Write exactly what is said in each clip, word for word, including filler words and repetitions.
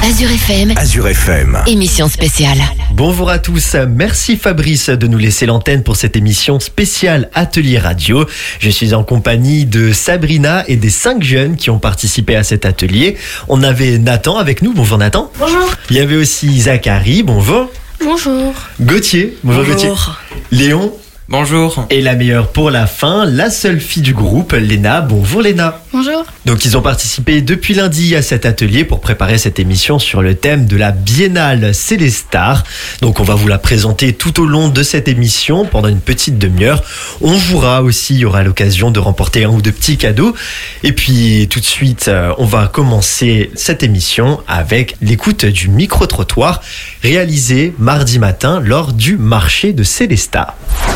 Azure F M. Azure F M. Émission spéciale. Bonjour à tous, merci Fabrice de nous laisser l'antenne pour cette émission spéciale Atelier Radio. Je suis en compagnie de Sabrina et des cinq jeunes qui ont participé à cet atelier. On avait Nathan avec nous, bonjour Nathan. Bonjour. Il y avait aussi Zachary, bonjour. Bonjour. Gauthier, bonjour, Bonjour. Gauthier. Léon. Bonjour. Et la meilleure pour la fin, la seule fille du groupe, Léna. Bonjour Léna. Bonjour. Donc ils ont participé depuis lundi à cet atelier pour préparer cette émission sur le thème de la Biennale Célestar. Donc on va vous la présenter tout au long de cette émission pendant une petite demi-heure. On jouera aussi, il y aura l'occasion de remporter un ou deux petits cadeaux. Et puis tout de suite, on va commencer cette émission avec l'écoute du micro-trottoir réalisé mardi matin lors du marché de Célestar.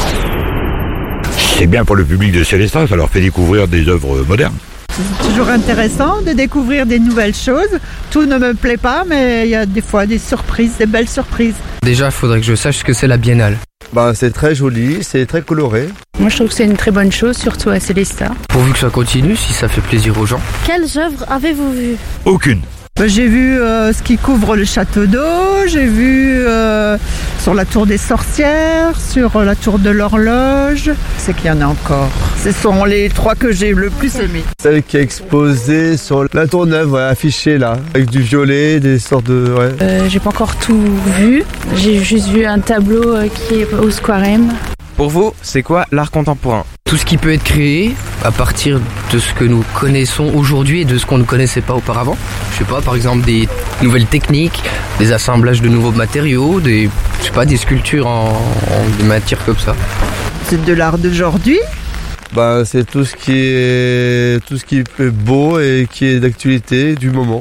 C'est bien pour le public de Célestat, ça leur fait découvrir des œuvres modernes. C'est toujours intéressant de découvrir des nouvelles choses. Tout ne me plaît pas, mais il y a des fois des surprises, des belles surprises. Déjà, il faudrait que je sache ce que c'est la Biennale. Bah, c'est très joli, c'est très coloré. Moi je trouve que c'est une très bonne chose, surtout à Célestat. Pourvu que ça continue, si ça fait plaisir aux gens. Quelles œuvres avez-vous vues? Aucune. J'ai vu euh, ce qui couvre le château d'eau, j'ai vu euh, sur la tour des sorcières, sur la tour de l'horloge. C'est qu'il y en a encore. Ce sont les trois que j'ai le plus aimé. Celle qui est exposée sur la tour neuve, ouais, affichée là, avec du violet, des sortes de... Ouais. Euh, j'ai pas encore tout vu, j'ai juste vu un tableau euh, qui est au Square M. Pour vous, c'est quoi l'art contemporain? Tout ce qui peut être créé à partir de ce que nous connaissons aujourd'hui et de ce qu'on ne connaissait pas auparavant. Je sais pas, par exemple des nouvelles techniques, des assemblages de nouveaux matériaux, des, je sais pas, des sculptures en, en des matières comme ça. C'est de l'art d'aujourd'hui. Bah, c'est tout ce qui est tout ce qui est beau et qui est d'actualité du moment.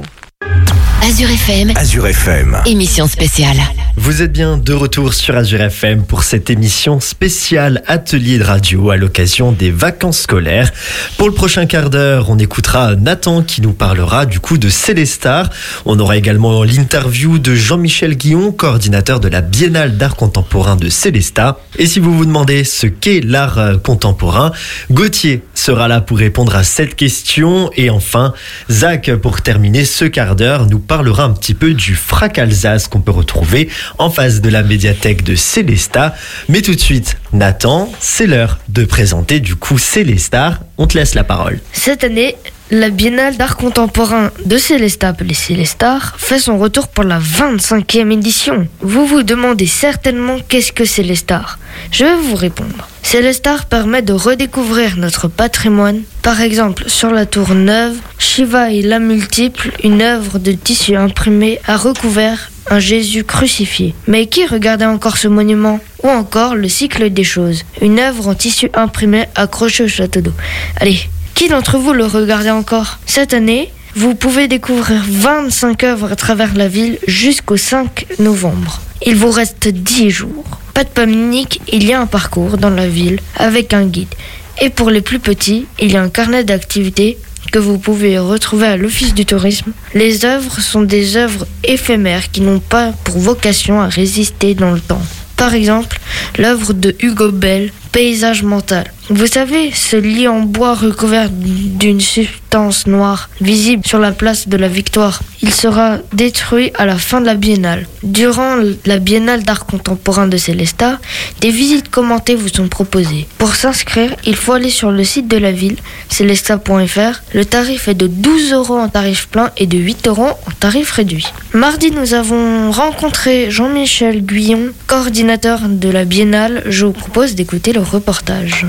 Azure F M. Azure F M. Émission spéciale. Vous êtes bien de retour sur Azure F M pour cette émission spéciale Atelier de radio à l'occasion des vacances scolaires. Pour le prochain quart d'heure, on écoutera Nathan qui nous parlera du coup de Célestar. On aura également l'interview de Jean-Michel Guillon, coordinateur de la Biennale d'art contemporain de Célestar. Et si vous vous demandez ce qu'est l'art contemporain, Gauthier sera là pour répondre à cette question. Et enfin, Zach, pour terminer ce quart d'heure, nous parlera un petit peu du Frac Alsace qu'on peut retrouver en face de la médiathèque de Célestat. Mais tout de suite, Nathan, c'est l'heure de présenter du coup Célestar. On te laisse la parole. Cette année, la Biennale d'art contemporain de Célestat, appelée Célestar, fait son retour pour la vingt-cinquième édition. Vous vous demandez certainement qu'est-ce que Célestar. Je vais vous répondre. Célestar permet de redécouvrir notre patrimoine. Par exemple, sur la tour neuve, Shiva et la multiple, une œuvre de tissu imprimé a recouvert un Jésus crucifié. Mais qui regardait encore ce monument? Ou encore le cycle des choses, une œuvre en tissu imprimé accrochée au château d'eau. Allez, qui d'entre vous le regardait encore? Cette année, vous pouvez découvrir vingt-cinq œuvres à travers la ville jusqu'au cinq novembre. Il vous reste dix jours. Pas de panique, il y a un parcours dans la ville avec un guide. Et pour les plus petits, il y a un carnet d'activités que vous pouvez retrouver à l'Office du tourisme. Les œuvres sont des œuvres éphémères qui n'ont pas pour vocation à résister dans le temps. Par exemple, l'œuvre de Hugo Bell, Paysage mental. Vous savez, ce lit en bois recouvert d'une substance noire, visible sur la place de la Victoire. Il sera détruit à la fin de la Biennale. Durant la Biennale d'art contemporain de Célestat, des visites commentées vous sont proposées. Pour s'inscrire, il faut aller sur le site de la ville, célestat point f r. Le tarif est de douze euros en tarif plein et de huit euros en tarif réduit. Mardi, nous avons rencontré Jean-Michel Guillon, coordinateur de la Biennale. Je vous propose d'écouter le reportage.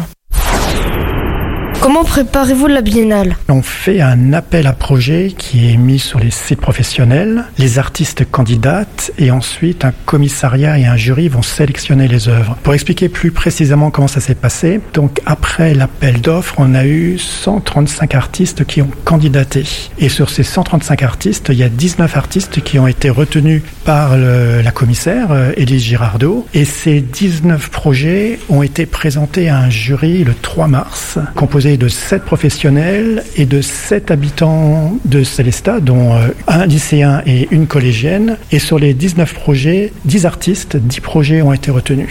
Comment préparez-vous la Biennale? On fait un appel à projet qui est mis sur les sites professionnels. Les artistes candidatent et ensuite un commissariat et un jury vont sélectionner les œuvres. Pour expliquer plus précisément comment ça s'est passé, donc après l'appel d'offres, on a eu cent trente-cinq artistes qui ont candidaté. Et sur ces cent trente-cinq artistes, il y a dix-neuf artistes qui ont été retenus par le, la commissaire, euh, Élise Girardot. Et ces dix-neuf projets ont été présentés à un jury le trois mars, composé de sept professionnels et de sept habitants de Célestat, dont euh, un lycéen et une collégienne. Et sur les dix-neuf projets, dix artistes, dix projets ont été retenus.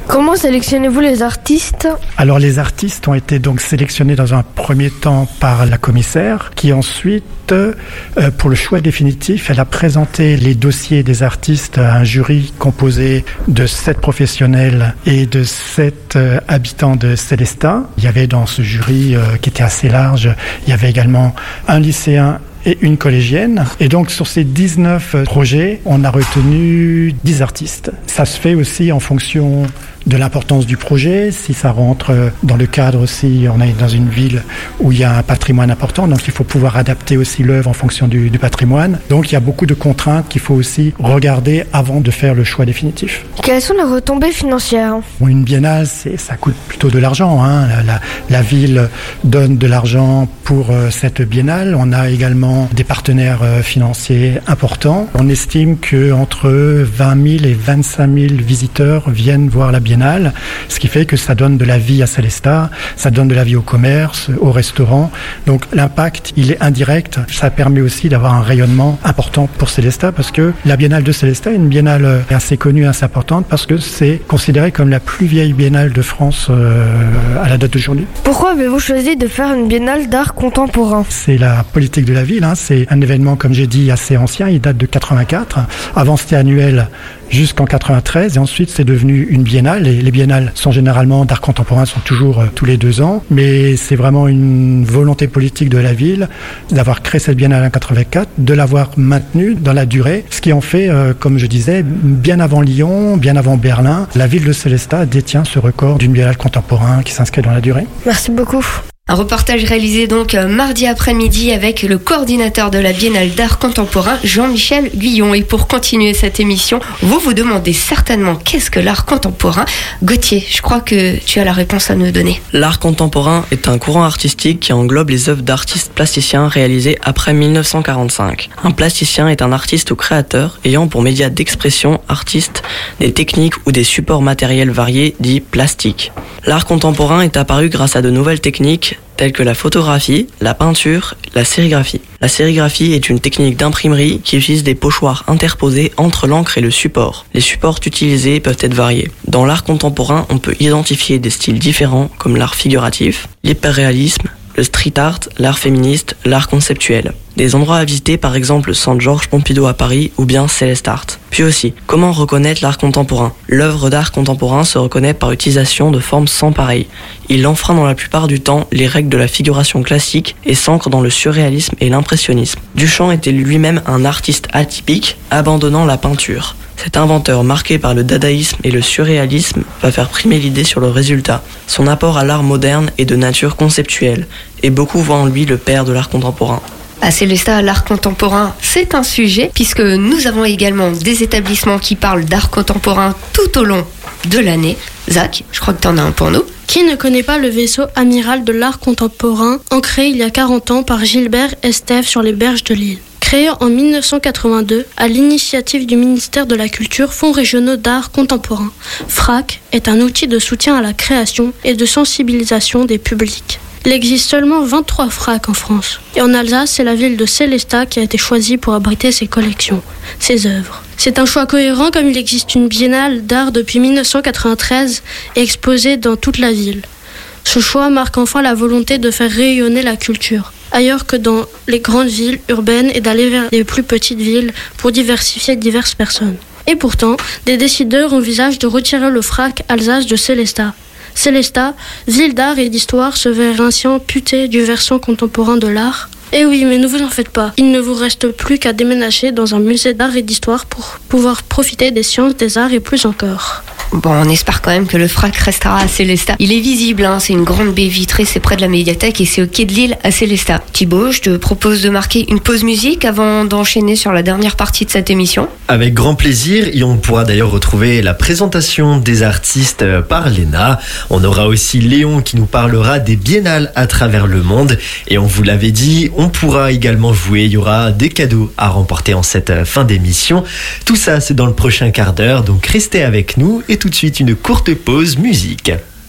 Comment sélectionnez-vous les artistes ? Alors les artistes ont été donc sélectionnés dans un premier temps par la commissaire qui ensuite, euh, pour le choix définitif, elle a présenté les dossiers des artistes à un jury composé de sept professionnels et de sept euh, habitants de Célestat. Il y avait dans ce jury euh, qui était assez large, il y avait également un lycéen et une collégienne. Et donc sur ces dix-neuf projets, on a retenu dix artistes. Ça se fait aussi en fonction de l'importance du projet, si ça rentre dans le cadre aussi, on est dans une ville où il y a un patrimoine important, donc il faut pouvoir adapter aussi l'œuvre en fonction du, du patrimoine. Donc il y a beaucoup de contraintes qu'il faut aussi regarder avant de faire le choix définitif. Quelles sont les retombées financières ? Bon, une biennale, c'est, ça coûte plutôt de l'argent, hein. La, la, la ville donne de l'argent pour euh, cette biennale. On a également des partenaires euh, financiers importants. On estime qu'entre vingt mille et vingt-cinq mille visiteurs viennent voir la biennale. Biennale, ce qui fait que ça donne de la vie à Célestat, ça donne de la vie au commerce, au restaurant. Donc l'impact, il est indirect. Ça permet aussi d'avoir un rayonnement important pour Célestat parce que la biennale de Célestat est une biennale assez connue, assez importante parce que c'est considéré comme la plus vieille biennale de France euh, à la date d'aujourd'hui. Pourquoi avez-vous choisi de faire une biennale d'art contemporain ? C'est la politique de la ville, hein. C'est un événement, comme j'ai dit, assez ancien, il date de quatre-vingt-quatre. Avant c'était annuel jusqu'en quatre-vingt-treize et ensuite c'est devenu une biennale et les biennales sont généralement d'art contemporain, sont toujours euh, tous les deux ans, mais c'est vraiment une volonté politique de la ville d'avoir créé cette biennale en quatre-vingt-quatre, de l'avoir maintenue dans la durée, ce qui en fait, euh, comme je disais, bien avant Lyon, bien avant Berlin, la ville de Célestat détient ce record d'une biennale contemporain qui s'inscrit dans la durée. Merci beaucoup. Un reportage réalisé donc mardi après-midi avec le coordinateur de la Biennale d'art contemporain, Jean-Michel Guyon. Et pour continuer cette émission, vous vous demandez certainement qu'est-ce que l'art contemporain. Gauthier, je crois que tu as la réponse à nous donner. L'art contemporain est un courant artistique qui englobe les œuvres d'artistes plasticiens réalisées après dix-neuf cent quarante-cinq. Un plasticien est un artiste ou créateur ayant pour média d'expression artiste des techniques ou des supports matériels variés dits plastiques. L'art contemporain est apparu grâce à de nouvelles techniques telles que la photographie, la peinture, la sérigraphie. La sérigraphie est une technique d'imprimerie qui utilise des pochoirs interposés entre l'encre et le support. Les supports utilisés peuvent être variés. Dans l'art contemporain, on peut identifier des styles différents comme l'art figuratif, l'hyperréalisme, le street art, l'art féministe, l'art conceptuel. Des endroits à visiter, par le Centre Georges Pompidou à Paris ou bien Célestart. Puis aussi, comment reconnaître l'art contemporain ? L'œuvre d'art contemporain se reconnaît par utilisation de formes sans pareil. Il enfreint dans la plupart du temps les règles de la figuration classique et s'ancre dans le surréalisme et l'impressionnisme. Duchamp était lui-même un artiste atypique, abandonnant la peinture. Cet inventeur marqué par le dadaïsme et le surréalisme va faire primer l'idée sur le résultat. Son apport à l'art moderne est de nature conceptuelle, et beaucoup voient en lui le père de l'art contemporain. À Célestat, l'art contemporain, c'est un sujet, puisque nous avons également des établissements qui parlent d'art contemporain tout au long de l'année. Zach, je crois que tu en as un pour nous. Qui ne connaît pas le vaisseau amiral de l'art contemporain, ancré il y a quarante ans par Gilbert Estève sur les berges de l'île ? Créé en dix-neuf cent quatre-vingt-deux, à l'initiative du ministère de la Culture, Fonds régionaux d'art contemporain, F R A C est un outil de soutien à la création et de sensibilisation des publics. Il existe seulement vingt-trois F R A C en France. Et en Alsace, c'est la ville de Célestat qui a été choisie pour abriter ses collections, ses œuvres. C'est un choix cohérent comme il existe une biennale d'art depuis dix-neuf cent quatre-vingt-treize et exposée dans toute la ville. Ce choix marque enfin la volonté de faire rayonner la culture, ailleurs que dans les grandes villes urbaines et d'aller vers les plus petites villes pour diversifier diverses personnes. Et pourtant, des décideurs envisagent de retirer le F R A C Alsace de Célestat. Célestat, ville d'art et d'histoire, se verrait ainsi amputée du versant contemporain de l'art. Eh oui, mais ne vous en faites pas. Il ne vous reste plus qu'à déménager dans un musée d'art et d'histoire pour pouvoir profiter des sciences, des arts et plus encore. Bon, on espère quand même que le F R A C restera à Célestat. Il est visible, hein, c'est une grande baie vitrée, c'est près de la médiathèque et c'est au quai de l'île à Célestat. Thibaut, je te propose de marquer une pause musique avant d'enchaîner sur la dernière partie de cette émission. Avec grand plaisir, et on pourra d'ailleurs retrouver la présentation des artistes par Léna. On aura aussi Léon qui nous parlera des biennales à travers le monde. Et on vous l'avait dit, on pourra également jouer, il y aura des cadeaux à remporter en cette fin d'émission. Tout ça, c'est dans le prochain quart d'heure, donc restez avec nous et tout de suite une courte pause musique.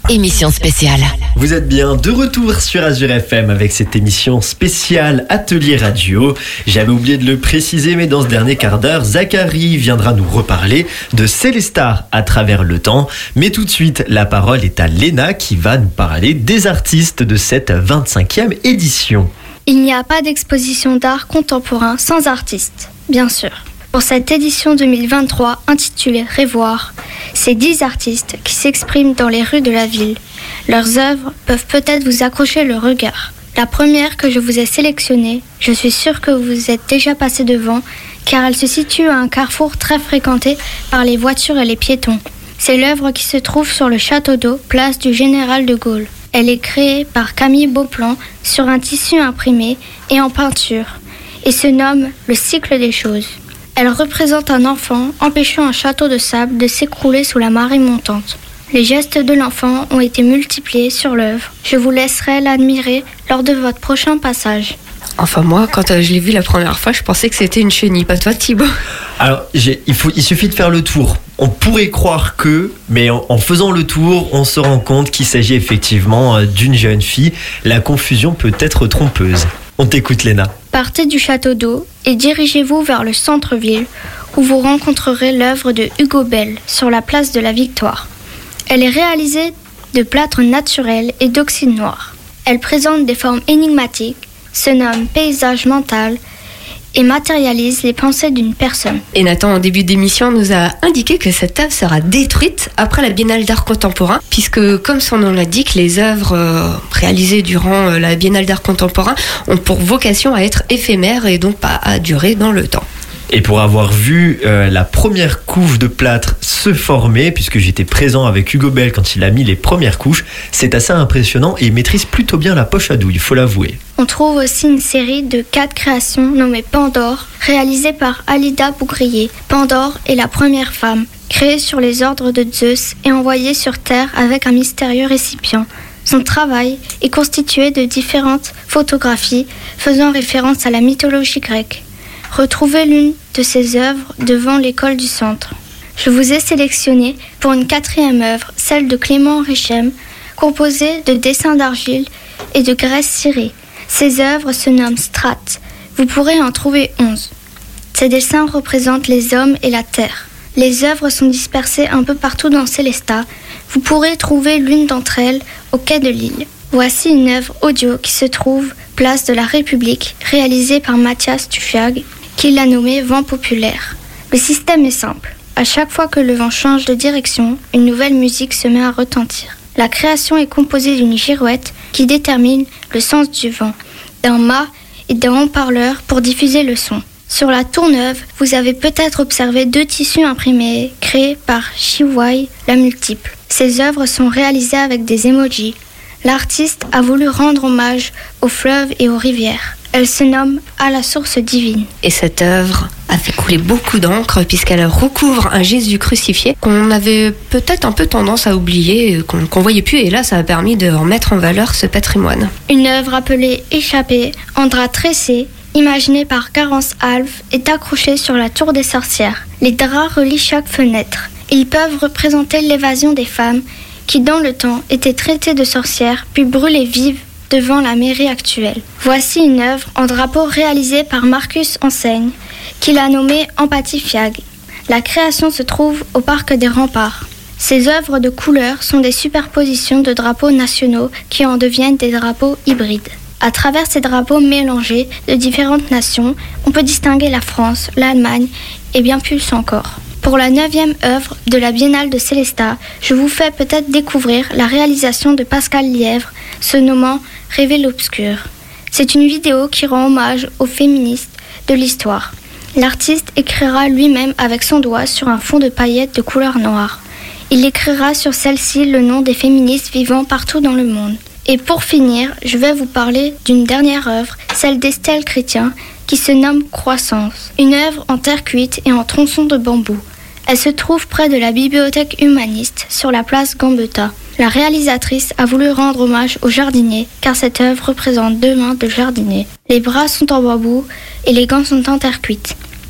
Émission spéciale. Vous êtes bien de retour sur Azure F M avec cette émission spéciale Atelier Radio. J'avais oublié de le préciser, mais dans ce dernier quart d'heure, Zachary viendra nous reparler de Célestar à travers le temps. Mais tout de suite, la parole est à Léna qui va nous parler des artistes de cette vingt-cinquième édition. Il n'y a pas d'exposition d'art contemporain sans artistes, bien sûr. Pour cette édition deux mille vingt-trois intitulée Rêvoir, c'est dix artistes qui s'expriment dans les rues de la ville. Leurs œuvres peuvent peut-être vous accrocher le regard. La première que je vous ai sélectionnée, je suis sûre que vous êtes déjà passé devant, car elle se situe à un carrefour très fréquenté par les voitures et les piétons. C'est l'œuvre qui se trouve sur le château d'eau, place du Général de Gaulle. Elle est créée par Camille Beauplan sur un tissu imprimé et en peinture, et se nomme Le cycle des choses. Elle représente un enfant empêchant un château de sable de s'écrouler sous la marée montante. Les gestes de l'enfant ont été multipliés sur l'œuvre. Je vous laisserai l'admirer lors de votre prochain passage. Enfin moi, quand euh, je l'ai vu la première fois, je pensais que c'était une chenille, pas toi Thibaut? Alors, j'ai, il, faut, il suffit de faire le tour. On pourrait croire que, mais en, en faisant le tour, on se rend compte qu'il s'agit effectivement euh, d'une jeune fille. La confusion peut être trompeuse. On t'écoute, Léna. Partez du château d'eau et dirigez-vous vers le centre-ville où vous rencontrerez l'œuvre de Hugo Bell sur la place de la Victoire. Elle est réalisée de plâtre naturel et d'oxyde noir. Elle présente des formes énigmatiques, se nomme paysage mental et matérialise les pensées d'une personne. Et Nathan, en début d'émission, nous a indiqué que cette œuvre sera détruite après la Biennale d'art contemporain, puisque, comme son nom l'indique, les œuvres euh, réalisées durant euh, la Biennale d'art contemporain ont pour vocation à être éphémères et donc pas à durer dans le temps. Et pour avoir vu euh, la première couche de plâtre se former, puisque j'étais présent avec Hugo Bell quand il a mis les premières couches, c'est assez impressionnant et il maîtrise plutôt bien la poche à douille, il faut l'avouer. On trouve aussi une série de quatre créations nommées Pandore, réalisée par Alida Bougrier. Pandore est la première femme, créée sur les ordres de Zeus et envoyée sur Terre avec un mystérieux récipient. Son travail est constitué de différentes photographies faisant référence à la mythologie grecque. Retrouvez l'une de ses œuvres devant l'école du centre. Je vous ai sélectionné pour une quatrième œuvre, celle de Clément Richem, composée de dessins d'argile et de graisse cirée. Ces œuvres se nomment strates. Vous pourrez en trouver onze. Ces dessins représentent les hommes et la terre. Les œuvres sont dispersées un peu partout dans Célestat. Vous pourrez trouver l'une d'entre elles au quai de Lille. Voici une œuvre audio qui se trouve place de la République, réalisée par Mathias Tuffiag, qui l'a nommé Vent populaire. Le système est simple. À chaque fois que le vent change de direction, une nouvelle musique se met à retentir. La création est composée d'une girouette qui détermine le sens du vent, d'un mât et d'un haut-parleur pour diffuser le son. Sur la tourneuve, vous avez peut-être observé deux tissus imprimés créés par Shiwai la multiple. Ces œuvres sont réalisées avec des emojis. L'artiste a voulu rendre hommage aux fleuves et aux rivières. Elle se nomme À la source divine. Et cette œuvre a fait couler beaucoup d'encre puisqu'elle recouvre un Jésus crucifié qu'on avait peut-être un peu tendance à oublier, qu'on, qu'on voyait plus, et là ça a permis de remettre en valeur ce patrimoine. Une œuvre appelée Échappée en drap tressé, imaginée par Garance Alve, est accrochée sur la tour des sorcières. Les draps relient chaque fenêtre. Ils peuvent représenter l'évasion des femmes qui dans le temps étaient traitées de sorcières puis brûlées vives devant la mairie actuelle. Voici une œuvre en drapeau réalisée par Marcus Enseigne, qu'il a nommée Empathie Fiag. La création se trouve au Parc des Remparts. Ces œuvres de couleurs sont des superpositions de drapeaux nationaux qui en deviennent des drapeaux hybrides. À travers ces drapeaux mélangés de différentes nations, on peut distinguer la France, l'Allemagne et bien plus encore. Pour la neuvième œuvre de la Biennale de Célestat, je vous fais peut-être découvrir la réalisation de Pascal Lièvre, se nommant Rêver l'obscur. C'est une vidéo qui rend hommage aux féministes de l'histoire. L'artiste écrira lui-même avec son doigt sur un fond de paillettes de couleur noire. Il écrira sur celle-ci le nom des féministes vivant partout dans le monde. Et pour finir, je vais vous parler d'une dernière œuvre, celle d'Estelle Chrétien, qui se nomme Croissance. Une œuvre en terre cuite et en tronçons de bambou. Elle se trouve près de la bibliothèque humaniste, sur la place Gambetta. La réalisatrice a voulu rendre hommage aux jardiniers, car cette œuvre représente deux mains de jardiniers. Les bras sont en bambou et les gants sont en terre cuite.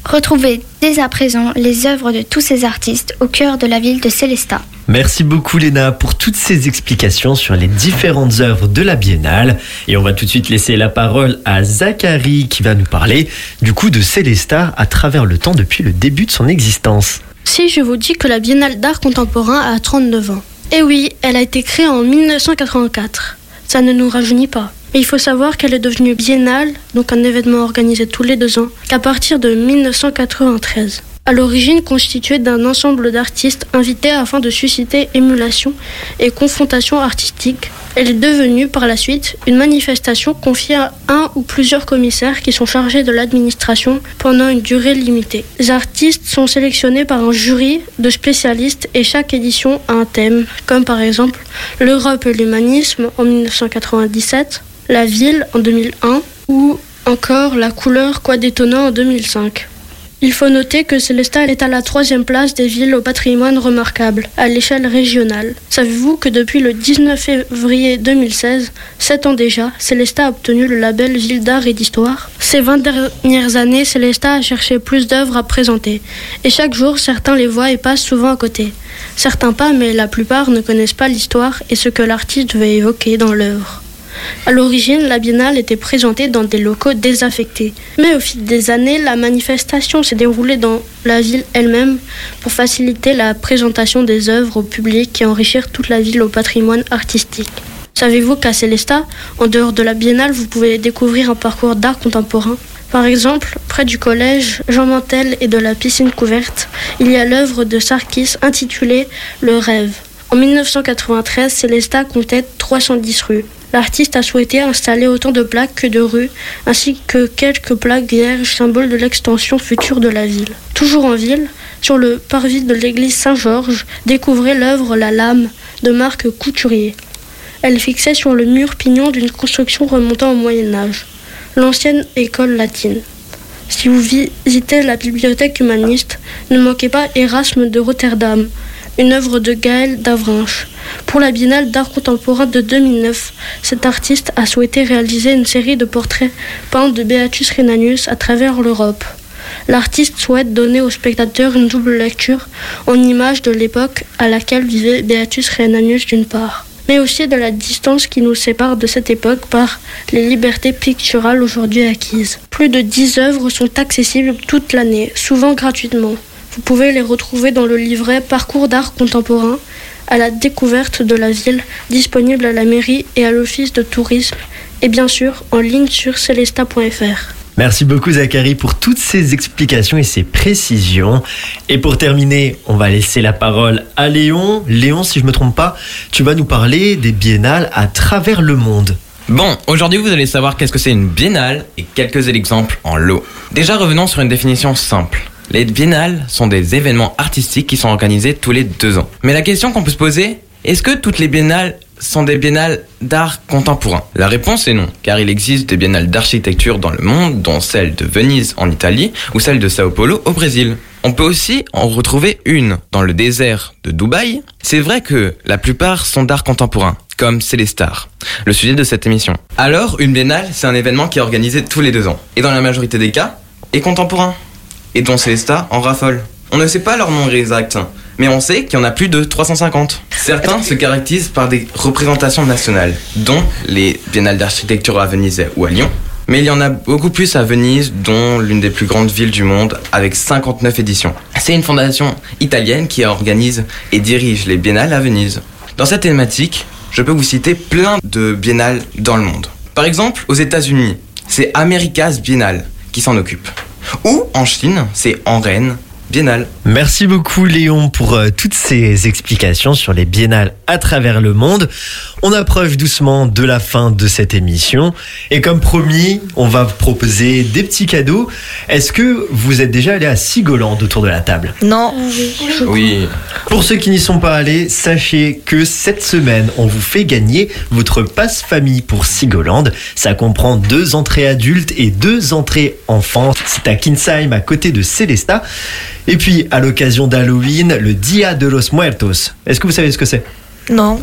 Retrouvez dès à présent les œuvres de tous ces artistes au cœur de la ville de Sélestat. Merci beaucoup Léna pour toutes ces explications sur les différentes œuvres de la Biennale. Et on va tout de suite laisser la parole à Zachary qui va nous parler du coup de Sélestat à travers le temps depuis le début de son existence. Si je vous dis que la Biennale d'art contemporain a trente-neuf ans. Eh oui, elle a été créée en mille neuf cent quatre-vingt-quatre. Ça ne nous rajeunit pas. Mais il faut savoir qu'elle est devenue biennale, donc un événement organisé tous les deux ans, qu'à partir de mille neuf cent quatre-vingt-treize. À l'origine constituée d'un ensemble d'artistes invités afin de susciter émulation et confrontation artistique, elle est devenue par la suite une manifestation confiée à un ou plusieurs commissaires qui sont chargés de l'administration pendant une durée limitée. Les artistes sont sélectionnés par un jury de spécialistes et chaque édition a un thème, comme par exemple l'Europe et l'humanisme en mille neuf cent quatre-vingt-dix-sept, la ville en deux mille un ou encore la couleur quoi d'étonnant en deux mille cinq. Il faut noter que Sélestat est à la troisième place des villes au patrimoine remarquable, à l'échelle régionale. Savez-vous que depuis le dix-neuf février deux mille seize, sept ans déjà, Sélestat a obtenu le label Ville d'art et d'histoire? Ces vingt dernières années, Sélestat a cherché plus d'œuvres à présenter. Et chaque jour, certains les voient et passent souvent à côté. Certains pas, mais la plupart ne connaissent pas l'histoire et ce que l'artiste veut évoquer dans l'œuvre. À l'origine, la Biennale était présentée dans des locaux désaffectés. Mais au fil des années, la manifestation s'est déroulée dans la ville elle-même pour faciliter la présentation des œuvres au public et enrichir toute la ville au patrimoine artistique. Savez-vous qu'à Sélestat, en dehors de la Biennale, vous pouvez découvrir un parcours d'art contemporain? Par exemple, près du collège Jean Mantel et de la piscine couverte, il y a l'œuvre de Sarkis intitulée « Le rêve ». En mille neuf cent quatre-vingt-treize, Sélestat comptait trois cent dix rues. L'artiste a souhaité installer autant de plaques que de rues, ainsi que quelques plaques vierges, symboles de l'extension future de la ville. Toujours en ville, sur le parvis de l'église Saint-Georges, découvrez l'œuvre La Lame de Marc Couturier. Elle fixait sur le mur pignon d'une construction remontant au Moyen-Âge, l'ancienne école latine. Si vous visitez la bibliothèque humaniste, ne manquez pas Erasme de Rotterdam, une œuvre de Gaël Davrinche. Pour la Biennale d'art contemporain de deux mille neuf, cet artiste a souhaité réaliser une série de portraits peints de Beatus Rhenanius à travers l'Europe. L'artiste souhaite donner aux spectateurs une double lecture en images de l'époque à laquelle vivait Beatus Rhenanius d'une part, mais aussi de la distance qui nous sépare de cette époque par les libertés picturales aujourd'hui acquises. Plus de dix œuvres sont accessibles toute l'année, souvent gratuitement. Vous pouvez les retrouver dans le livret Parcours d'art contemporain, à la découverte de la ville, disponible à la mairie et à l'office de tourisme, et bien sûr en ligne sur Sélestat point f r. Merci beaucoup Zachary pour toutes ces explications et ces précisions. Et pour terminer, on va laisser la parole à Léon. Léon, si je ne me trompe pas, tu vas nous parler des biennales à travers le monde. Bon, aujourd'hui vous allez savoir qu'est-ce que c'est une biennale et quelques exemples en lot. Déjà revenons sur une définition simple. Les biennales sont des événements artistiques qui sont organisés tous les deux ans. Mais la question qu'on peut se poser, est-ce que toutes les biennales sont des biennales d'art contemporain? La réponse est non, car il existe des biennales d'architecture dans le monde, dont celle de Venise en Italie ou celle de Sao Paulo au Brésil. On peut aussi en retrouver une dans le désert de Dubaï. C'est vrai que la plupart sont d'art contemporain, comme Sélestat, le sujet de cette émission. Alors, une biennale, c'est un événement qui est organisé tous les deux ans, et dans la majorité des cas, est contemporain, et dont Sélestat en raffole. On ne sait pas leur nom exact, mais on sait qu'il y en a plus de trois cent cinquante. Certains se caractérisent par des représentations nationales, dont les biennales d'architecture à Venise ou à Lyon. Mais il y en a beaucoup plus à Venise, dont l'une des plus grandes villes du monde, avec cinquante-neuf éditions. C'est une fondation italienne qui organise et dirige les biennales à Venise. Dans cette thématique, je peux vous citer plein de biennales dans le monde. Par exemple, aux États-Unis, c'est America's Biennale qui s'en occupe. Ou en Chine, c'est Henren Biennale. Merci beaucoup Léon pour euh, toutes ces explications sur les biennales à travers le monde. On approche doucement de la fin de cette émission et comme promis, on va vous proposer des petits cadeaux. Est-ce que vous êtes déjà allé à Sigolande autour de la table? Non. Oui. Pour ceux qui n'y sont pas allés, sachez que cette semaine, on vous fait gagner votre passe famille pour Sigolande. Ça comprend deux entrées adultes et deux entrées enfants. C'est à Kinsheim, à côté de Sélestat. Et puis, à l'occasion d'Halloween, le Dia de los Muertos. Est-ce que vous savez ce que c'est? Non.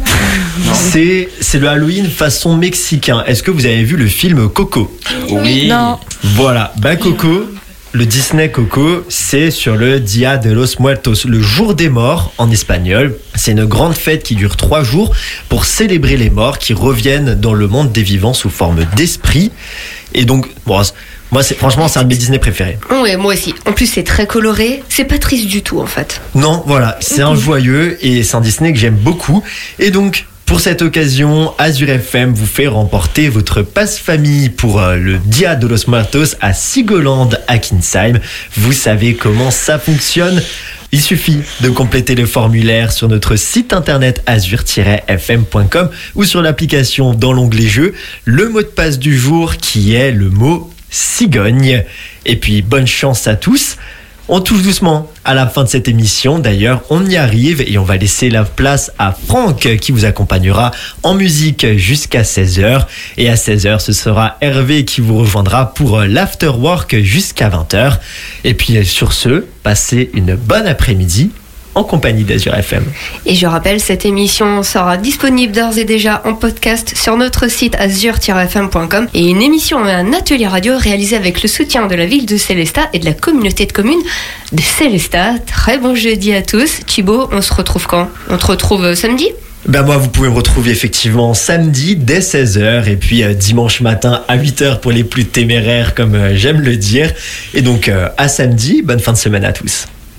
C'est, c'est le Halloween façon mexicain. Est-ce que vous avez vu le film Coco? Oui. Non. Voilà, bah Coco, le Disney Coco, c'est sur le Dia de los Muertos, le jour des morts en espagnol. C'est une grande fête qui dure trois jours pour célébrer les morts qui reviennent dans le monde des vivants sous forme d'esprit. Et donc, bon, moi, c'est, franchement, c'est un de mes Disney préférés. Ouais, moi aussi. En plus, c'est très coloré. C'est pas triste du tout, en fait. Non, voilà, c'est un joyeux et c'est un Disney que j'aime beaucoup. Et donc, pour cette occasion, Azure F M vous fait remporter votre passe-famille pour euh, le Dia de los Muertos à Sigoland à Kinsheim. Vous savez comment ça fonctionne. Il suffit de compléter le formulaire sur notre site internet azure tiret f m point com ou sur l'application dans l'onglet jeux, le mot de passe du jour qui est le mot cigogne. Et puis bonne chance à tous. On touche doucement à la fin de cette émission. D'ailleurs, on y arrive et on va laisser la place à Franck qui vous accompagnera en musique jusqu'à seize heures. Et à seize heures, ce sera Hervé qui vous rejoindra pour l'afterwork jusqu'à vingt heures. Et puis sur ce, passez une bonne après-midi en compagnie d'Azure F M. Et je rappelle, cette émission sera disponible d'ores et déjà en podcast sur notre site azure tiret f m point com et une émission et un atelier radio réalisé avec le soutien de la ville de Sélestat et de la communauté de communes de Sélestat. Très bon jeudi à tous. Thibaut, on se retrouve quand ? On te retrouve samedi ? Ben moi, vous pouvez me retrouver effectivement samedi dès seize heures et puis euh, dimanche matin à huit heures pour les plus téméraires comme euh, j'aime le dire. Et donc euh, à samedi, bonne fin de semaine à tous.